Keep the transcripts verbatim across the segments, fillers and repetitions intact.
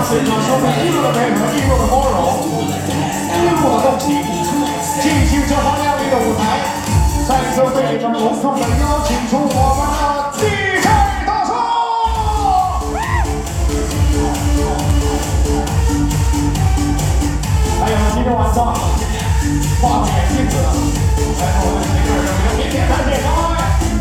现场说明一路的配合，一路的包容，一路的动情，进行这华亮丽的舞台。再次为你们隆重的邀请出我们的 D J 大叔。还有今天晚上画面镜子，在我们这个人面前再见各位。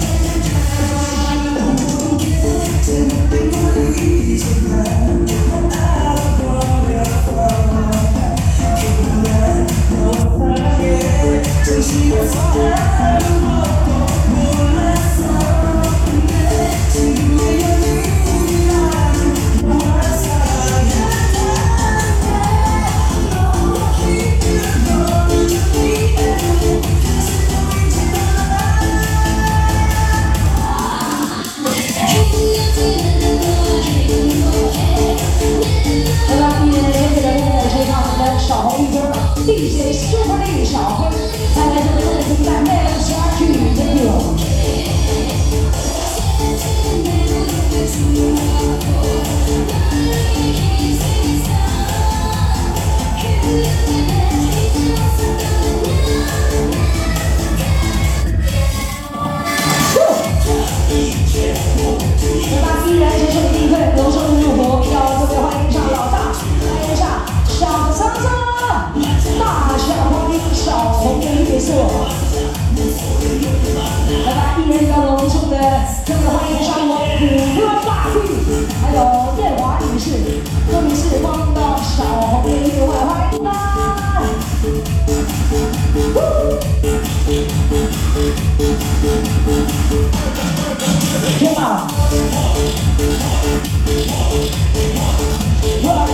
D J 舒服的小黑，大家这个动在麦上下去的有。那么依然是这个地位，龙生入伙，要特别欢迎上老大，欢迎上小桑桑。 大家欢迎小红的月色，来吧！一人要隆重的特别欢迎上我虎哥大帝，还有电华女士，这里是欢迎到小红的月会，欢迎啦！天哪！过来！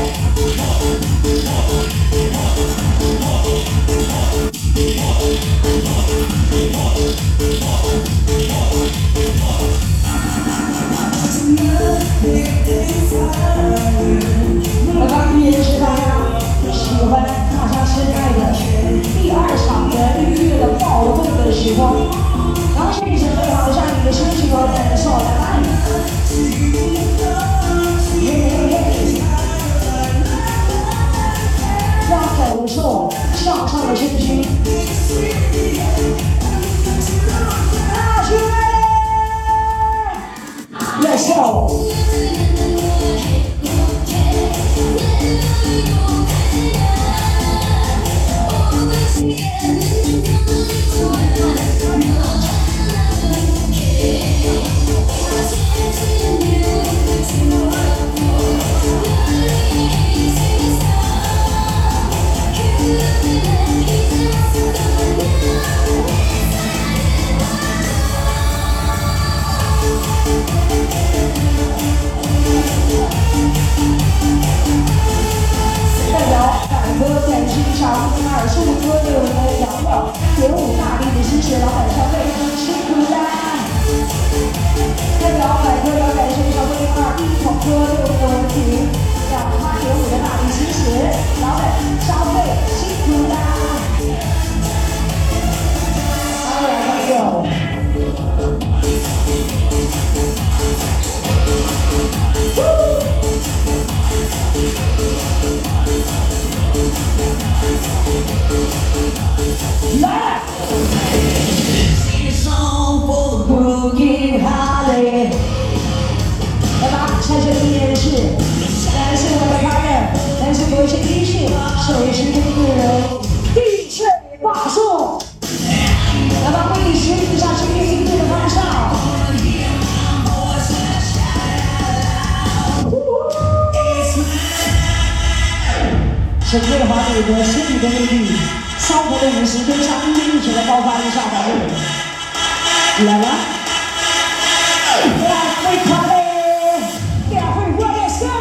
我刚也是大家喜欢大家期待的第二场的音乐的暴动的时光，然后这一场非常像你的心情和感受在哪里？让感受向上的身躯。大学 ，Let's go。 代表百科展示场二十五歌队伍的杨乐，点舞大力的支持老板消费，辛苦啦！代表百科表展示场队二一统歌队伍的文婷，让他点舞的大力支持老板消费，辛苦啦！好，来朋友。 来！来吧，下去的依然是，感谢我的家人，感谢我一些音讯，手持的个人 D J 大树。来吧，为你学习一下这个音乐的方向。 整个的华美的身体的魅力，相同的舞息跟上音乐一起来爆发一下吧，来吧！来，会卡嘞，两会 ，Let's go！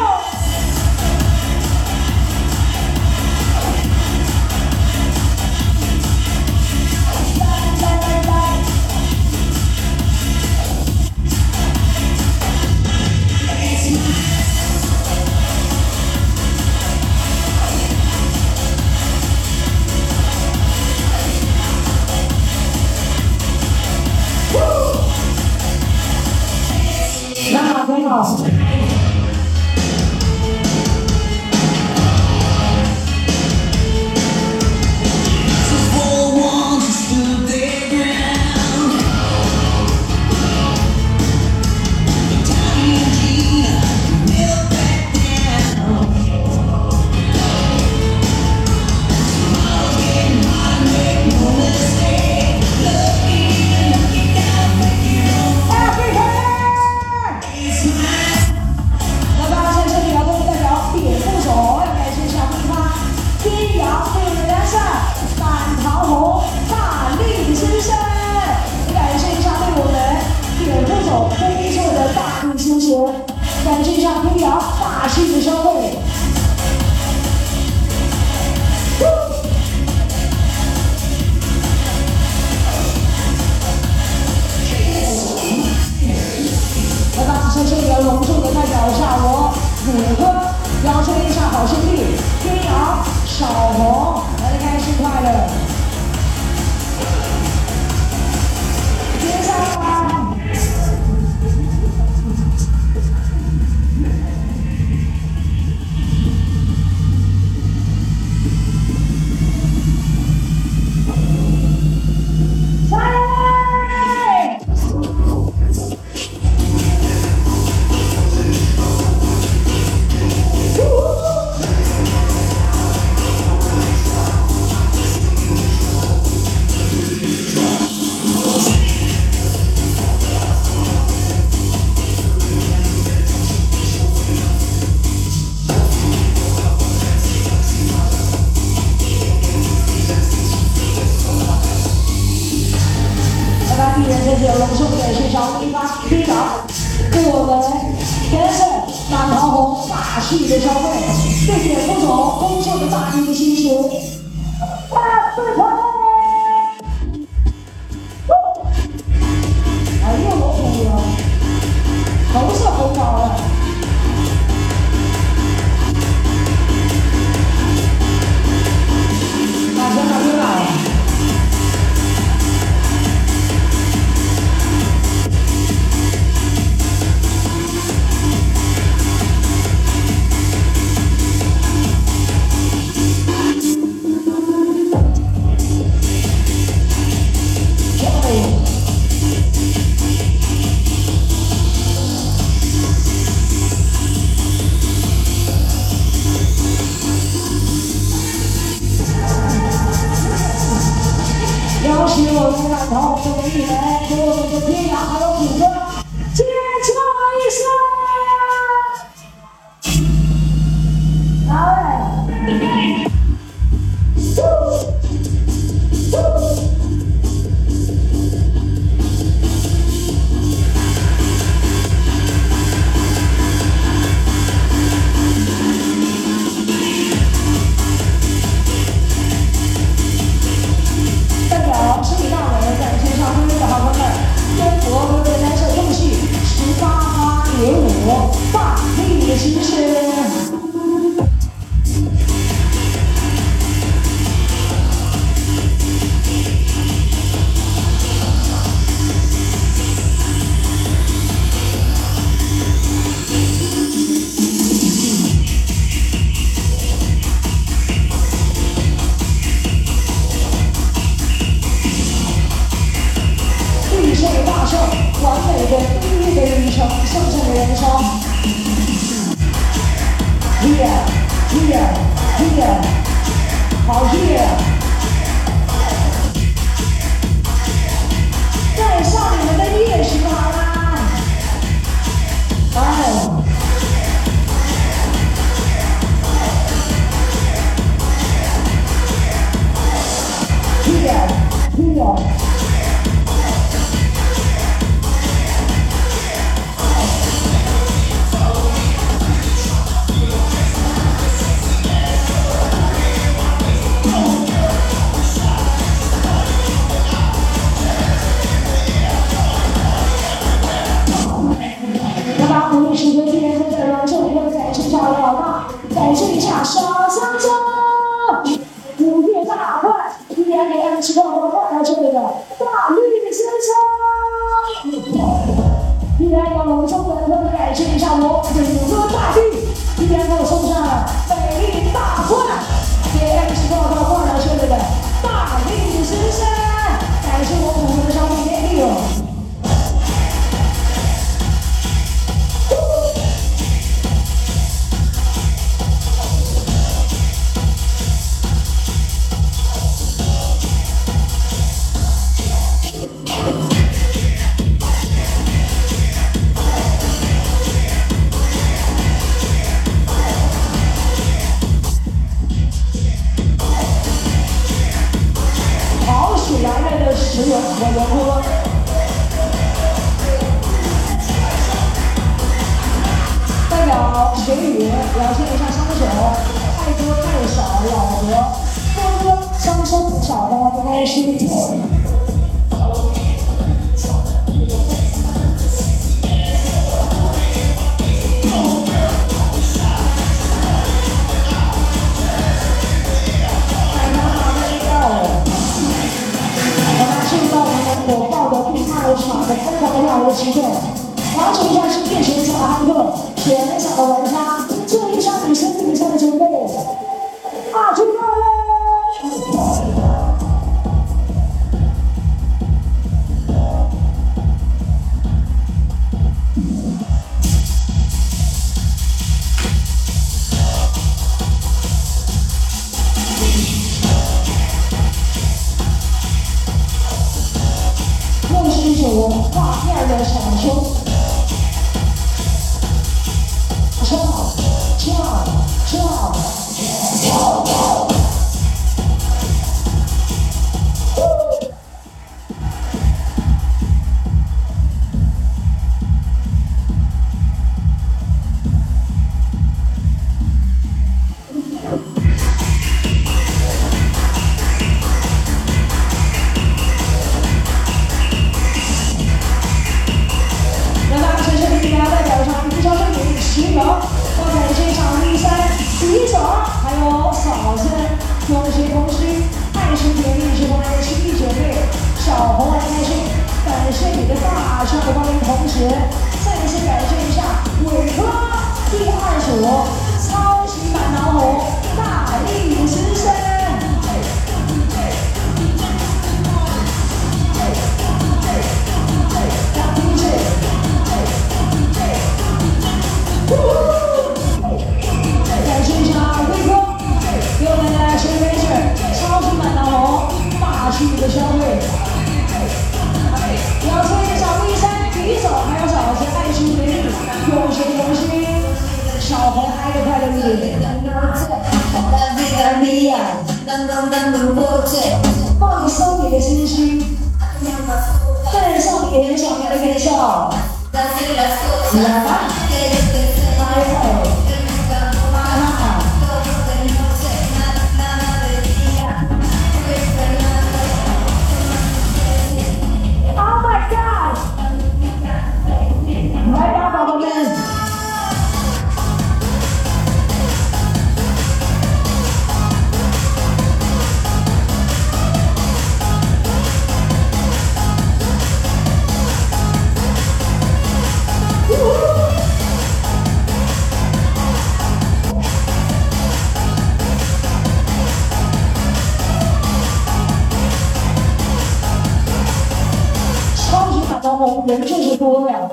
来来来来！那很好。 天阳队伍的联赛，满堂红，大力先生，感谢一下对我们点副总工作的大力先生，感谢一下天阳大气的消费。来吧，谢谢也隆重的代表一下我五哥，邀请一下好兄弟天阳、小红，来开心快乐。接下来。隆重感谢小一发队长对我们天盛满堂红大气的消费，对点副总工作的大力的心情。大对头！哎呦，我红了，头是红着了。哪天哪天来？邀请我们满堂红的艺人，给我们的天阳还有虎哥尖叫一声！来。代表市里大委感谢上辉的好朋友们，中国各位来自空气十八八点五大力的形式。地胜大胜，完美的音乐的旅程，胜胜的人生。耶耶耶，好耶！带上你们的夜行好啦！哎。耶耶。那么我们时间今天在这这里要感谢一下我老大，感谢一下小香蕉，五月大快，今天给俺们吃到我放在这里的大力先生，今天要隆重的感谢一下我五哥大弟，今天给我送上了美丽大块，给俺们吃到我放在这里的大力先生，感谢我五哥的小弟弟弟。 石油和油锅。代表学语表现一下双手，太多太少，老何多多双手不少的应该是。火爆的地下的场的疯狂的跳舞气氛，完成一下是变成小嗨客，全场的玩家做一场女生比赛的准备，啊，准备嘞！画面的产生，跳跳跳跳跳。放松你的心情，带上你眼角的微笑，来吧，来吧。Oh my God！ 来吧，宝宝们。人就是多呀！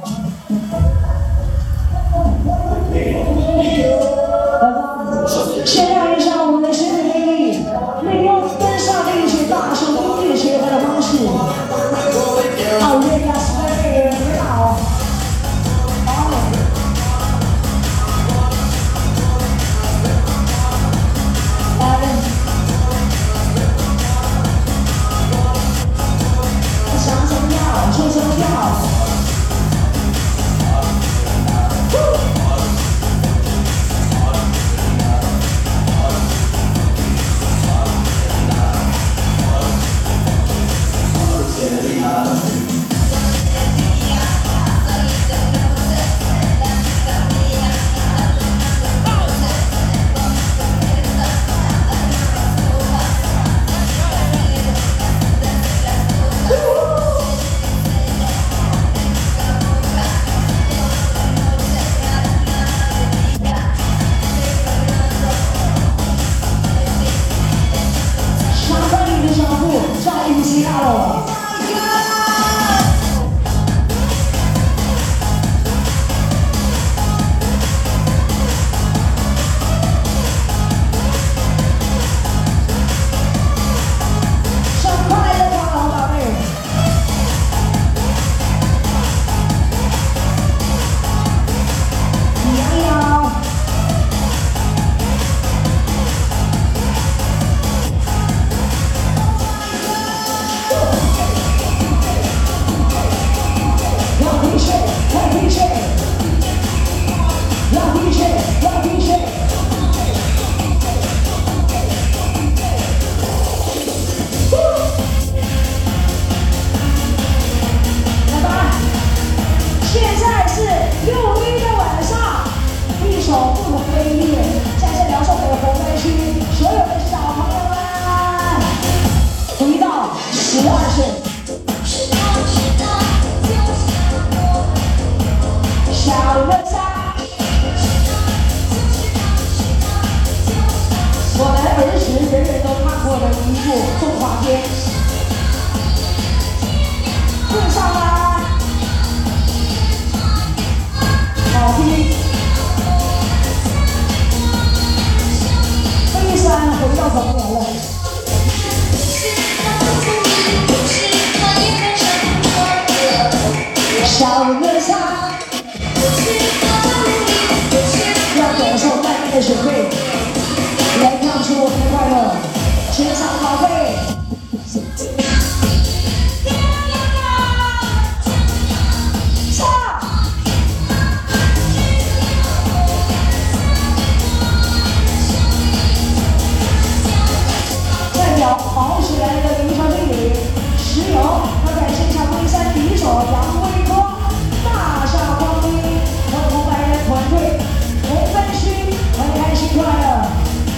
先亮一下我们的身体魅力，利用跟上这一曲大声音乐结合的方式。奥利亚斯贝尔好，好。来，想怎么样就怎么样。 表跑起来的名场经理石油，要在线上微山第一手杨威哥，大驾光临和五百人团队，红分区很开心快乐。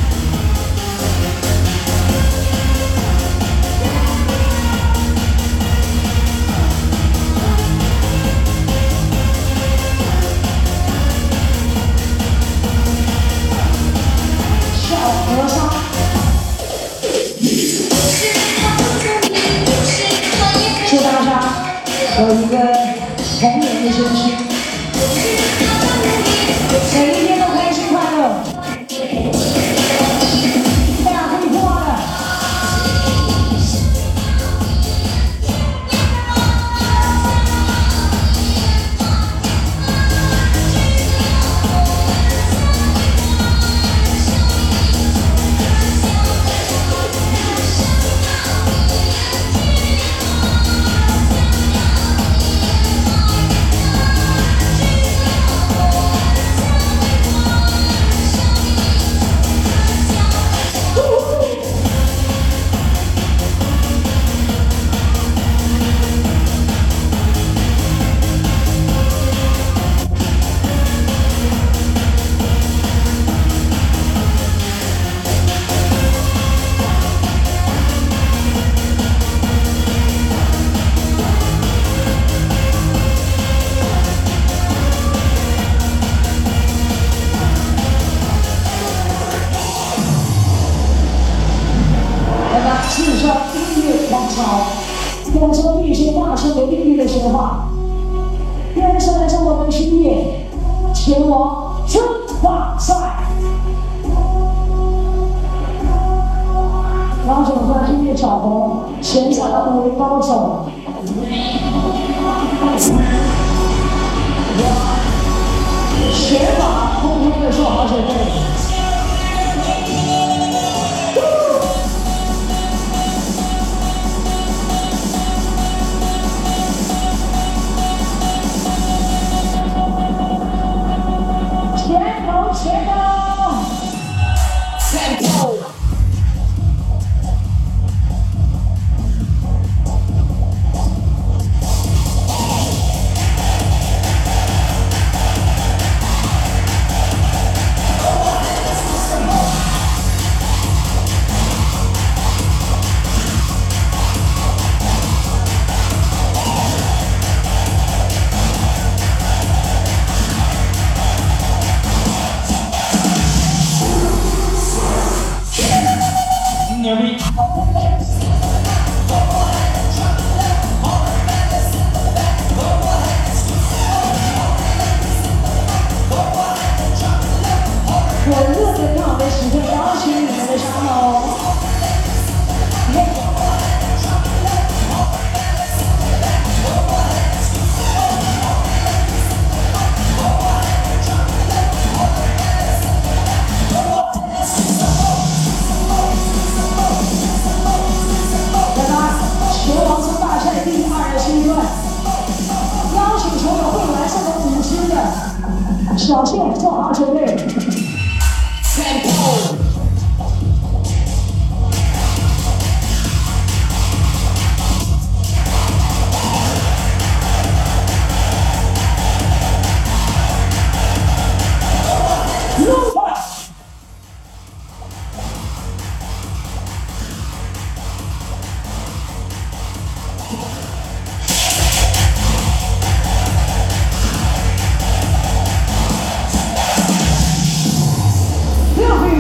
小和尚。 祝大家有一个童年的身心，每一天都开心快乐。大家可以破了。至少音乐狂潮，要说一些大声的音乐的说话。接下来是我们星夜前往争霸赛，高手和星夜小红前场的五位高手。全马空中的说好准备。 前锋 ，Tempo。 牛逼！ 我热的跳的时刻，邀请你们的加油！小谢做好准备。Tempo。不要回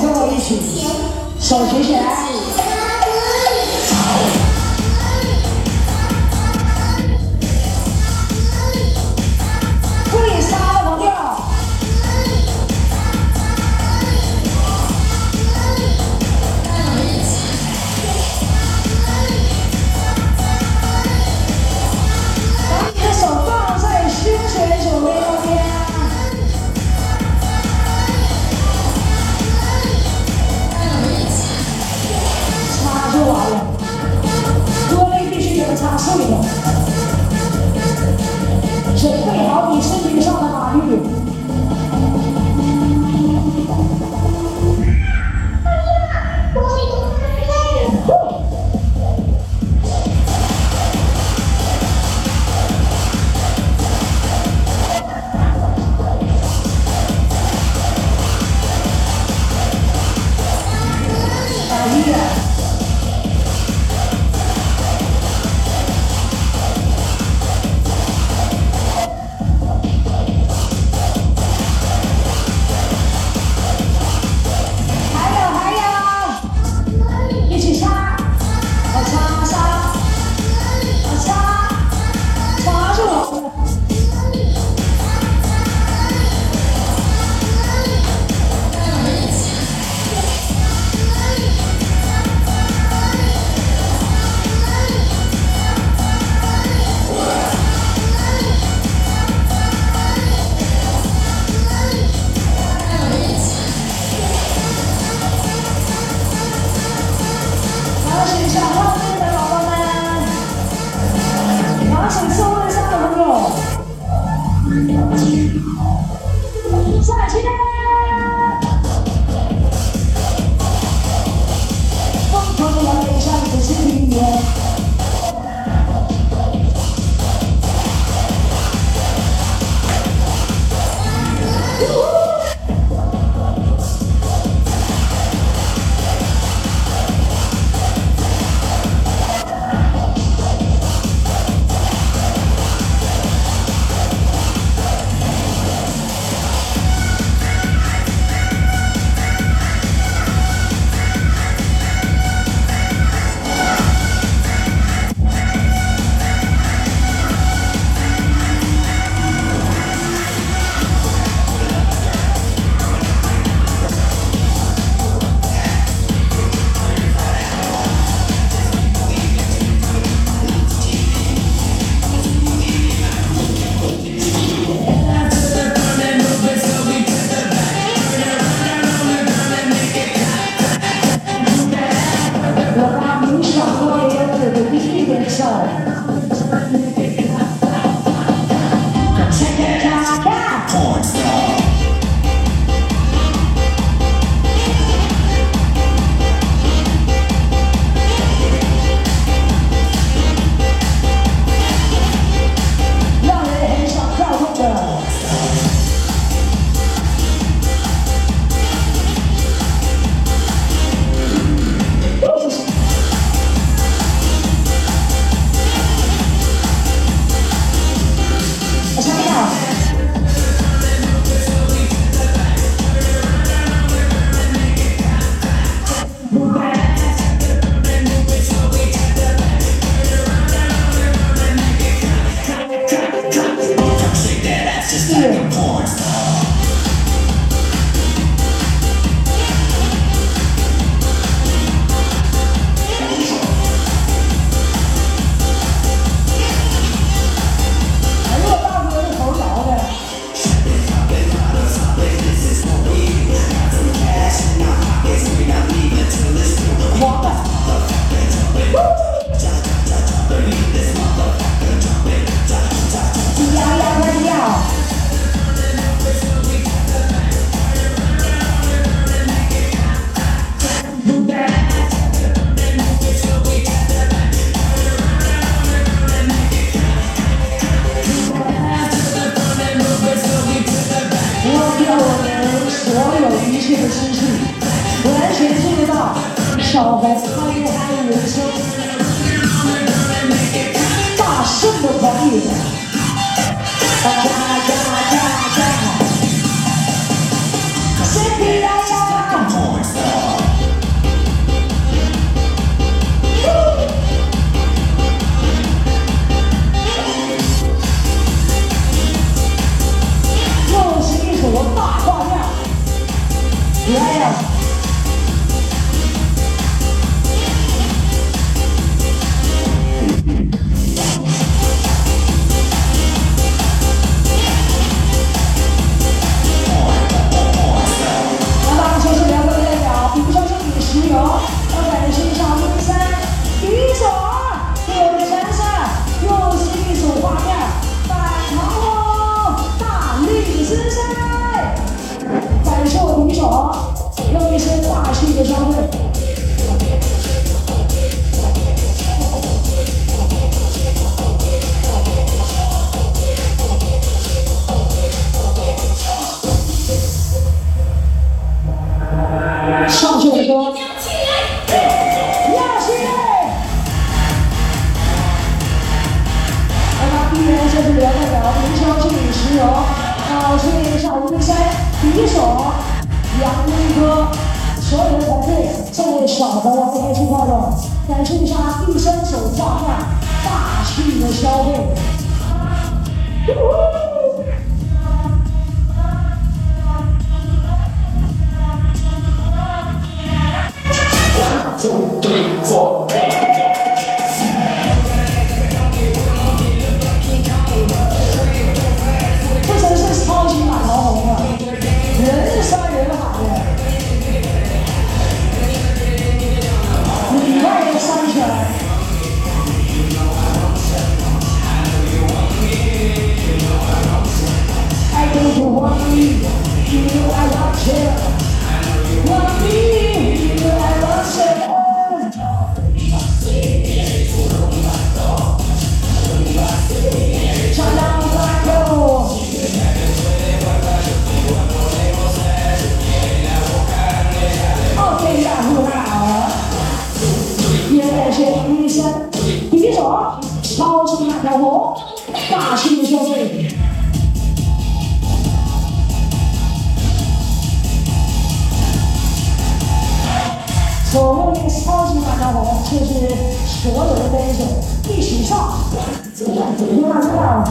跟我一起，手举起来。会杀的朋友，把你的手放在胸前左边右边。 插就完了，玻璃必须给它插碎的。准备好你身体上的马玉。马玉。 上去！疯狂的摇脸上你的身体里面。小白参与他的人生，大圣的狂野，加加加加，谁比来呀？ 友，要感谢一下我们三第一首啊，给我们的山上又是一组画面，反唐风大力之赛，感谢我第一首，用一些大气的消费。上去的歌，亮起来，亮起来！那么依然就是刘代表林霄庆石油，好，这里是五零三第一首杨威歌，所有的团队这位小的我们开心快乐，感谢一下第三首画面大气的消费。 Two, three, four. 这真是超级满堂红啊！人山人海的，里外的三圈。I don't want you, you I want you, want me, you I want you. 想让我快乐。OK 呀，不好。也感谢第三第一首超级满堂红，大气的消费。所谓的超级满堂红，就是所有的歌手一起上，你看知道。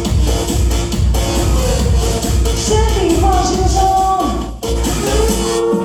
身体放轻松。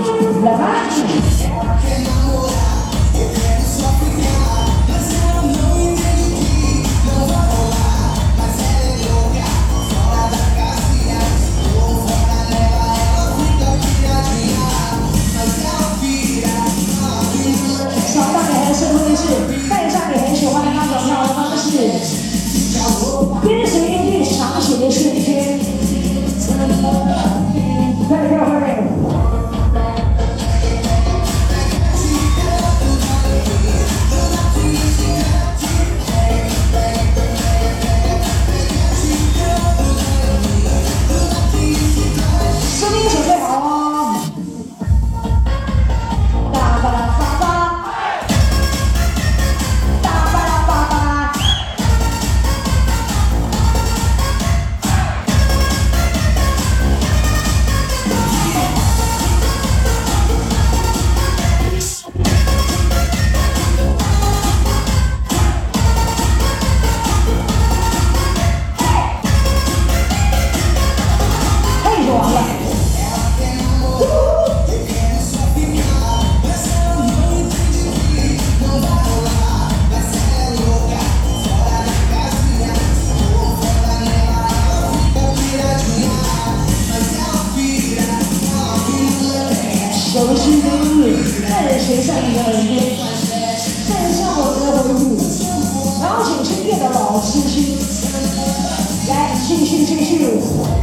谁上一个耳边？带上我们的回忆，然后请深夜的老星星，来继续继续，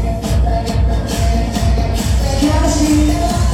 开心。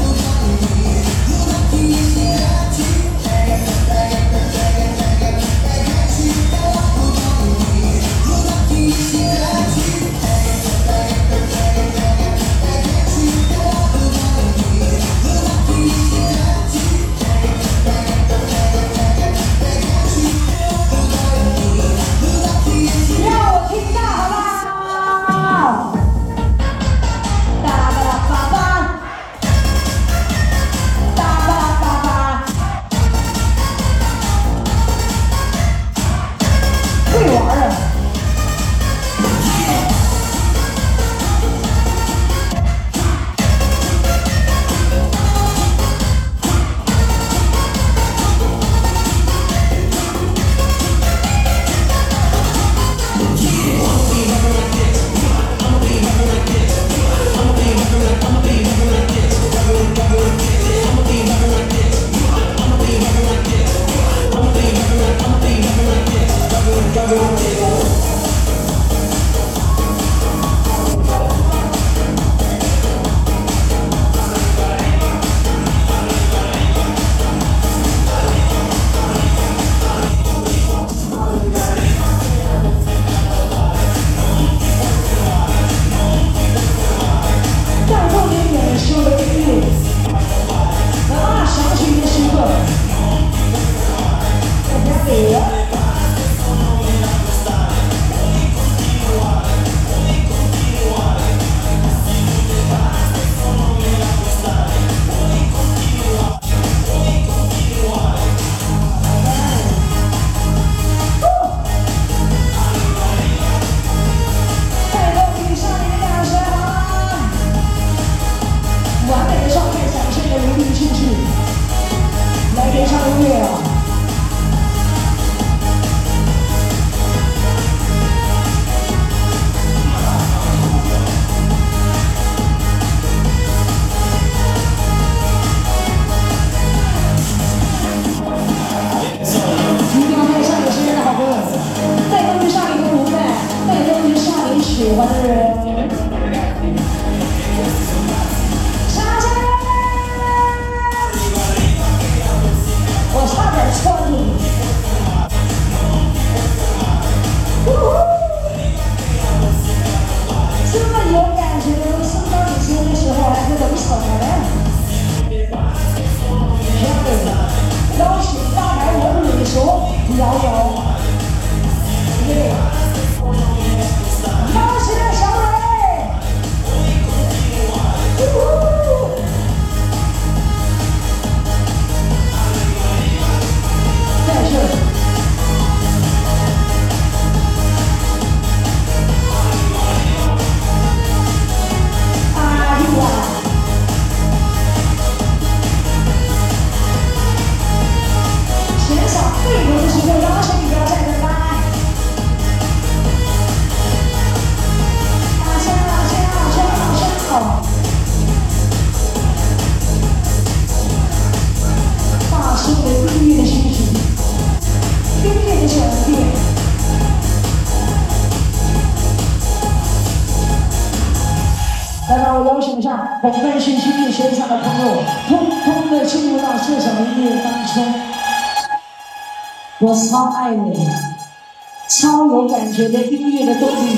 我们信息力现场的朋友，通通的进入到这首音乐当中。我超爱你，超有感觉的音乐的动力，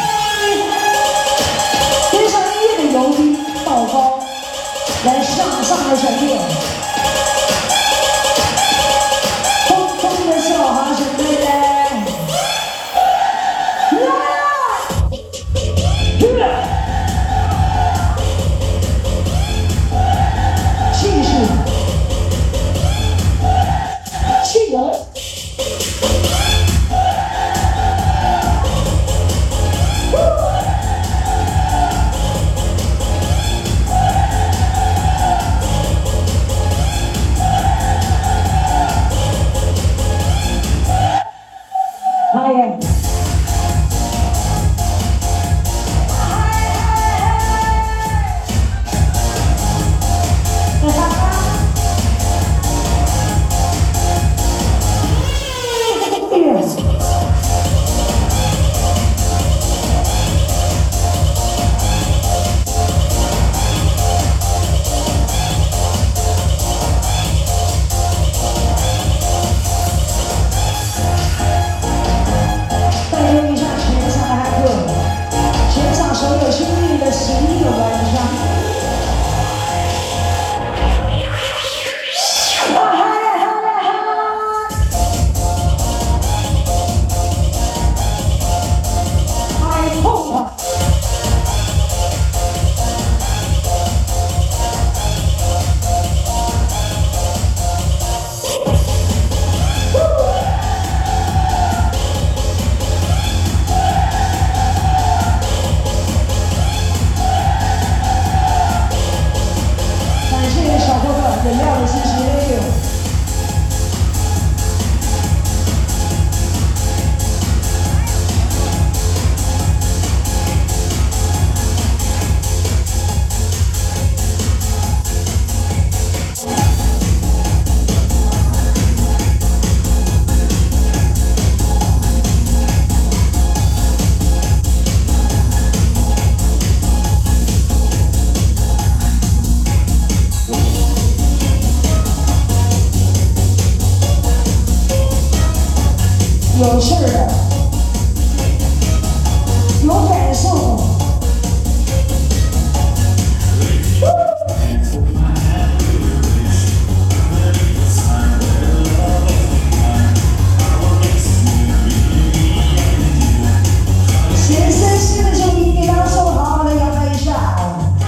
跟上音乐的由低到高，来上上的旋律，通通的笑哈准备嘞。 事儿的，有感受。先生新的兄弟，给他手好好的摇摆一下。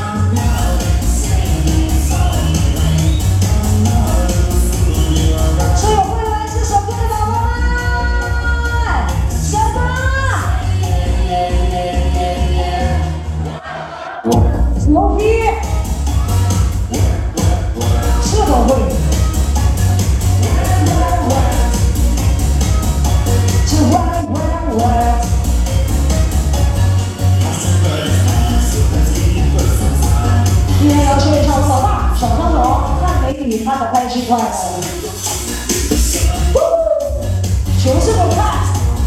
所有会玩这首歌的宝宝们，小哥，牛逼，这都会。这玩玩玩。今天要说一下我老大，小张总看美女看得开心快乐，就是我看。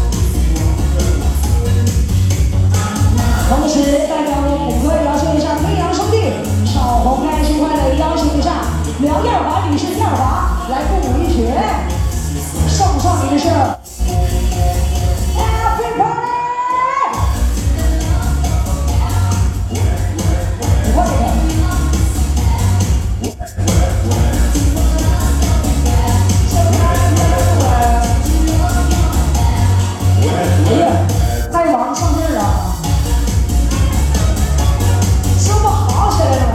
同时代表我虎哥要说一下飞扬兄弟，少红开心快乐，邀请一下梁艳华女士艳华来共舞一曲，送上你的是 Everybody。快点！哎呀，太王上劲儿了，这么好起来了。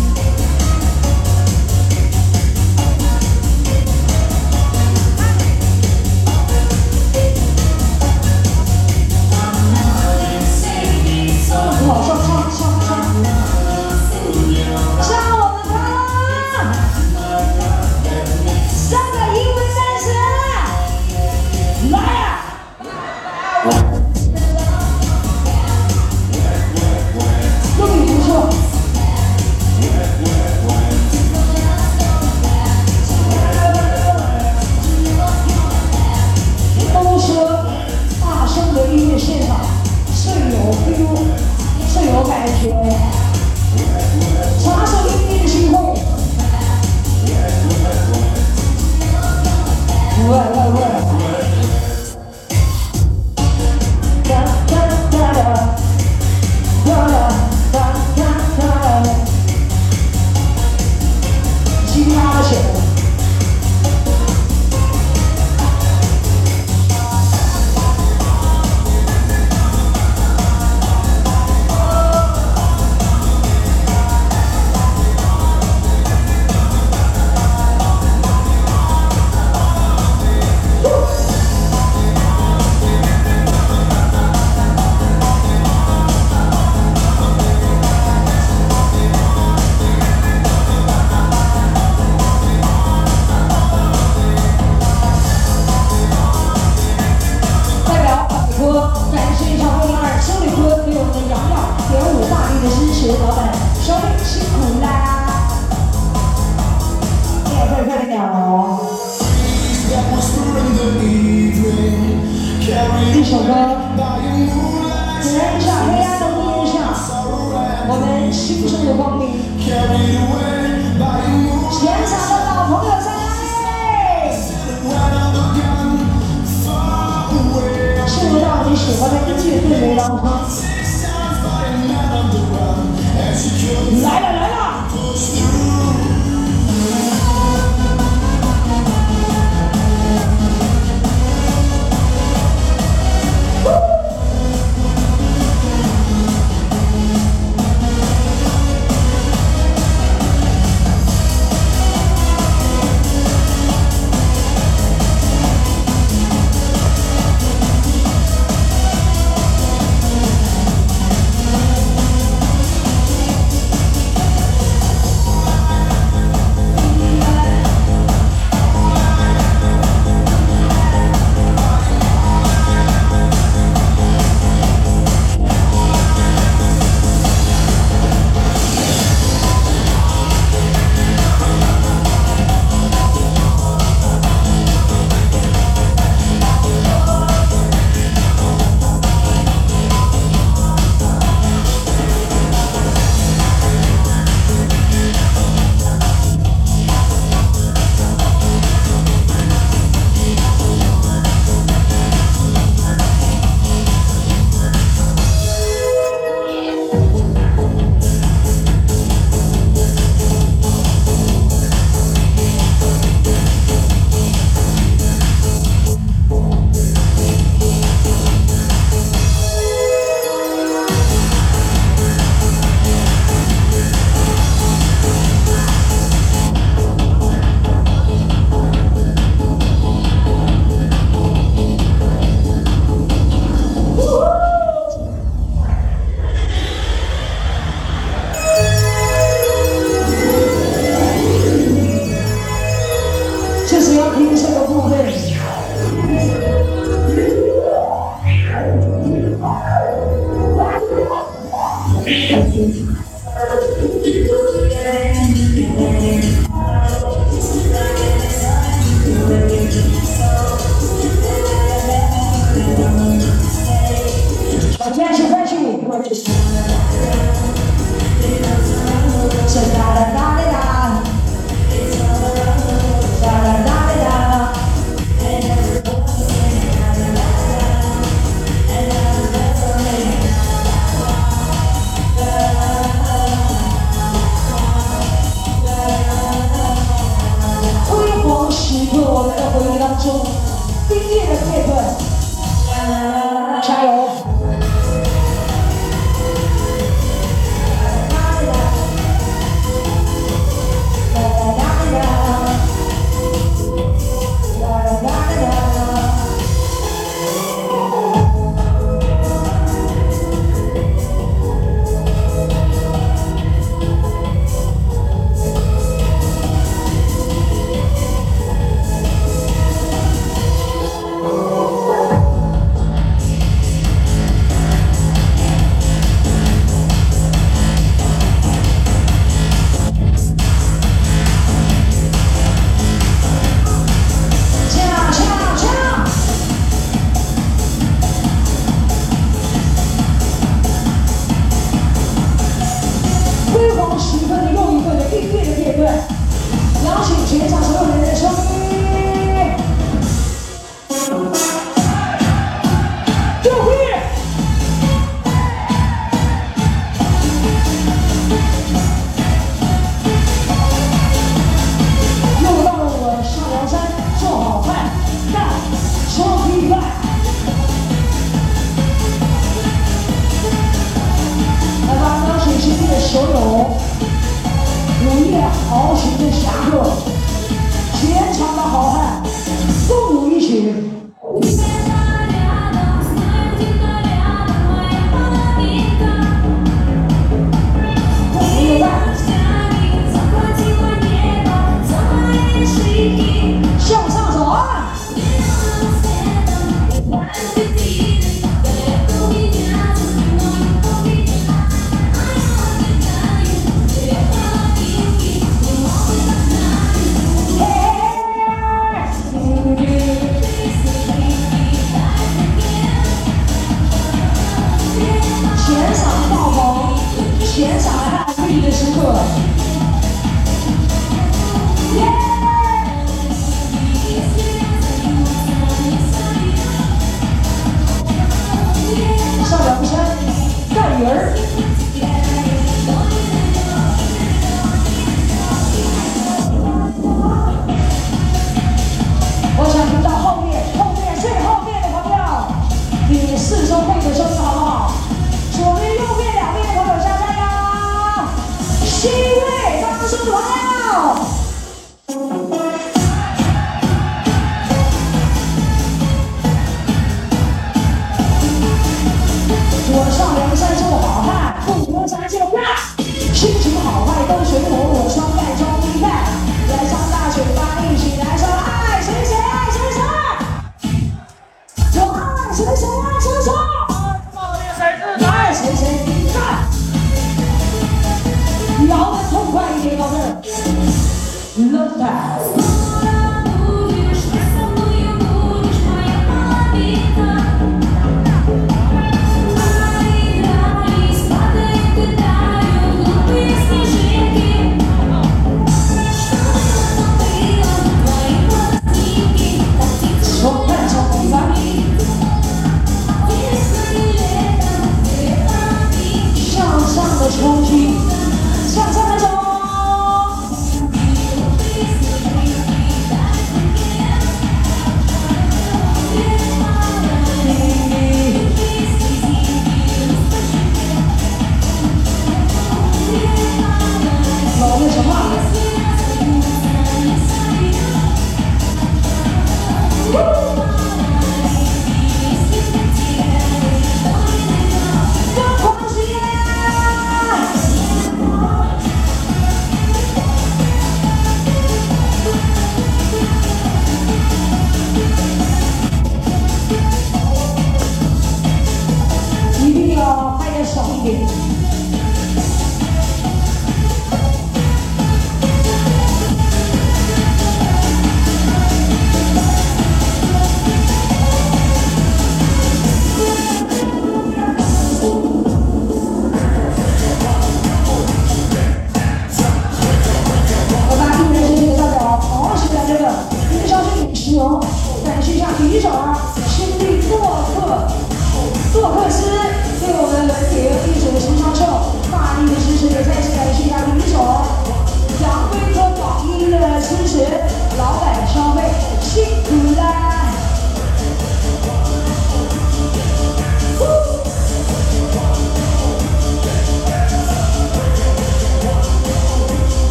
往上上上上，上我们看，三个英文单词，来呀！英语不错。都说大声的音乐现场最有 feel， 最有感觉。插手音乐的时候，喂喂喂！哒哒哒哒，哒哒哒哒哒，吉他手。代表虎哥感谢一下魏二周宇哥对我们的洋洋点五大力的支持，老板小美辛苦啦！快快快点鸟！一首歌，燃一下黑暗的屋檐下，我们心中的光明。现场的老朋友在哪里？进入到你喜欢的音乐氛围当中。来了来了！ 首先是开始，是哒哒哒哒哒，哒哒哒哒哒。辉煌时刻，我们的回忆当中，冰叶的配分，加油！全场所有人的声音，就会。又到了我上梁山做好饭，干双皮饭。来吧，钢水之地的手友，午夜豪情的侠客。全场的好汉，共舞一曲。明白。向上走啊！全场爆棚，全场爱美丽的时刻。上梁山，干人儿。我想听到后面，后面最后面的朋友，你四周配的声音好不好？左边、右边两边的朋友加加油！C位当中的朋友。我上梁山做好汉，不喝咱就干，心情好坏都随我，我双盖装逼盖，来上大水吧，一起来上爱谁谁爱谁谁，我爱谁谁爱谁谁，爱谁谁干，摇得痛快一点，宝贝儿 ，Love time。冲击，向上的走。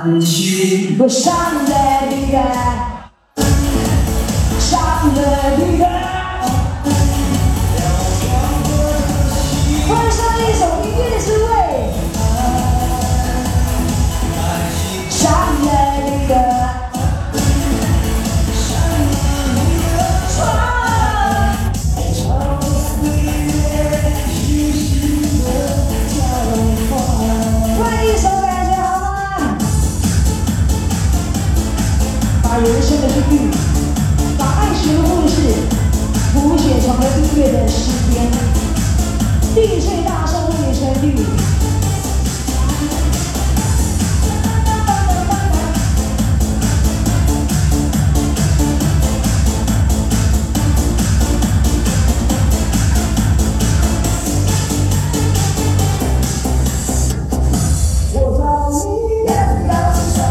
我上了你的，上了你的。换上一首音乐之味，上了你的。 把人生的定律，把爱情的故事谱写成了音乐的诗篇。地税大圣为你成立。我找你眼当。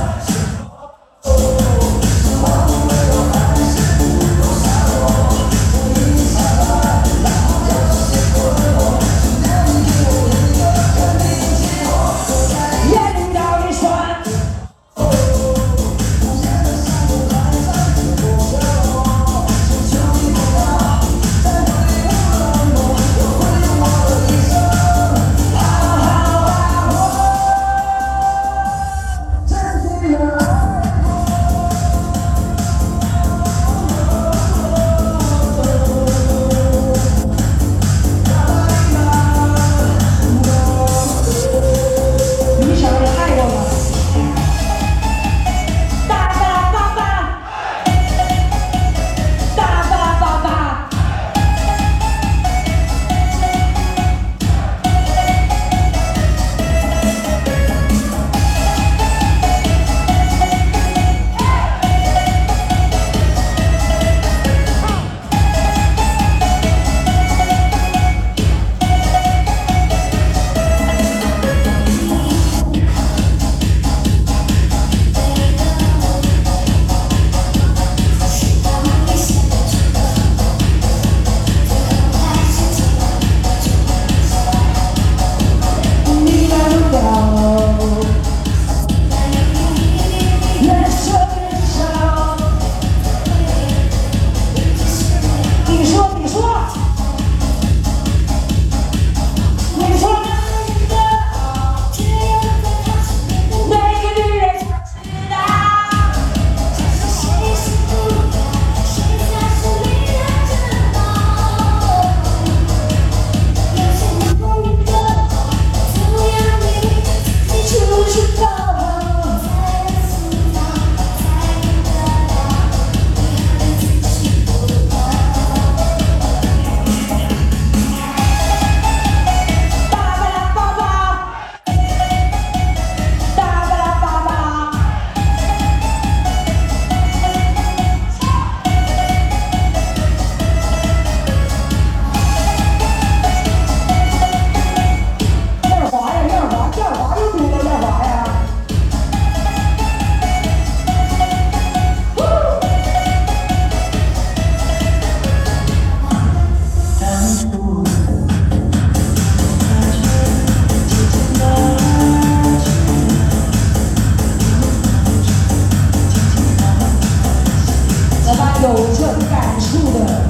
有这感触的。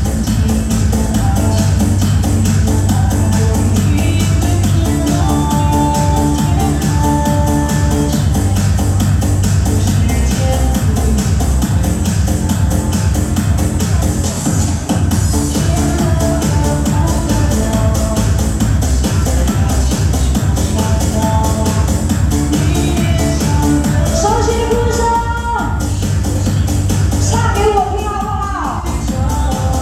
熟悉的歌声，唱给我听好不好？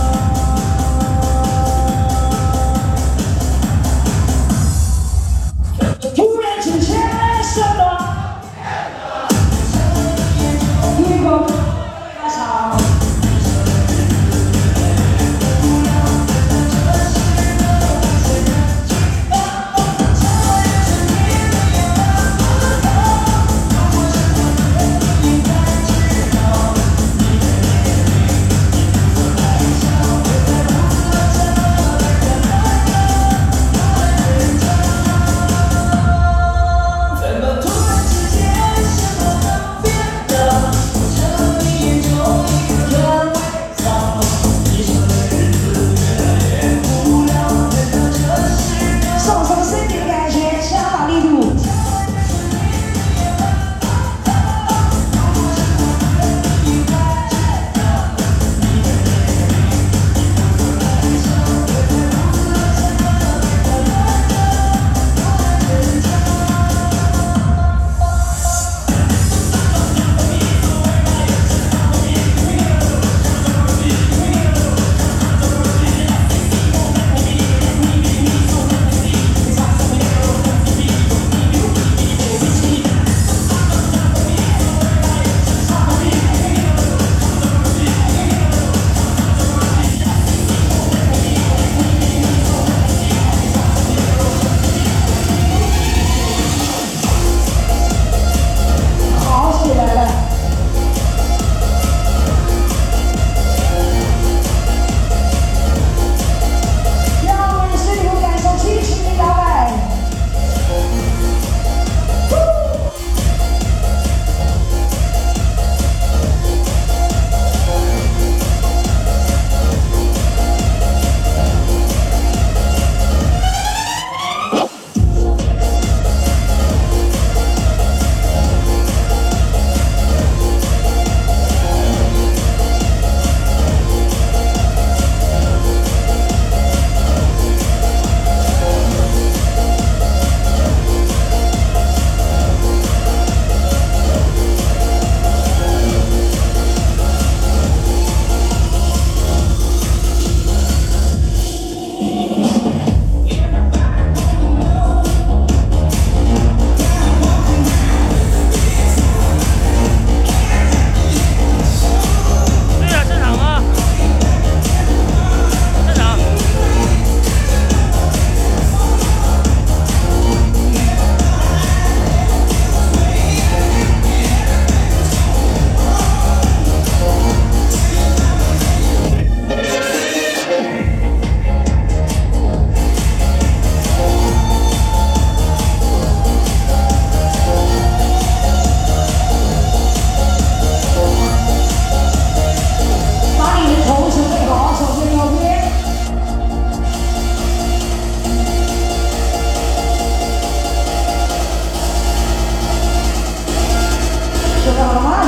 老曼，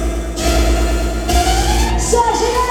谢谢。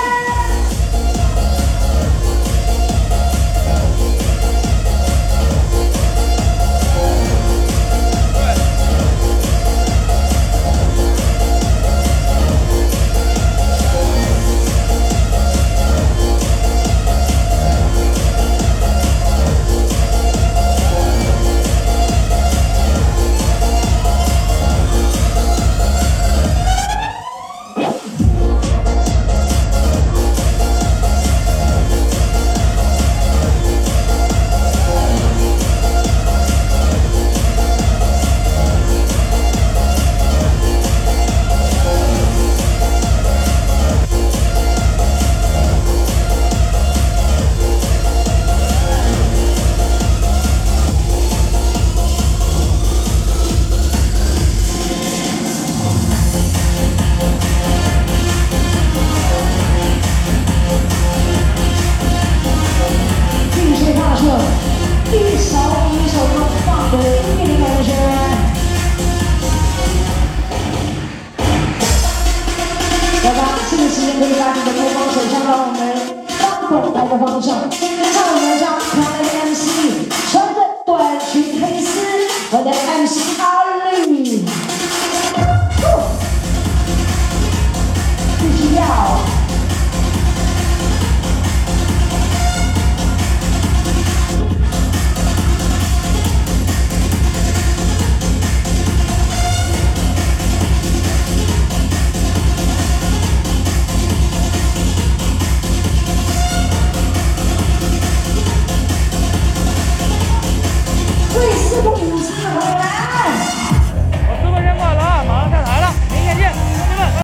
可以把你的目光转向到我们放口袋的方向，让我们将可爱的 M C。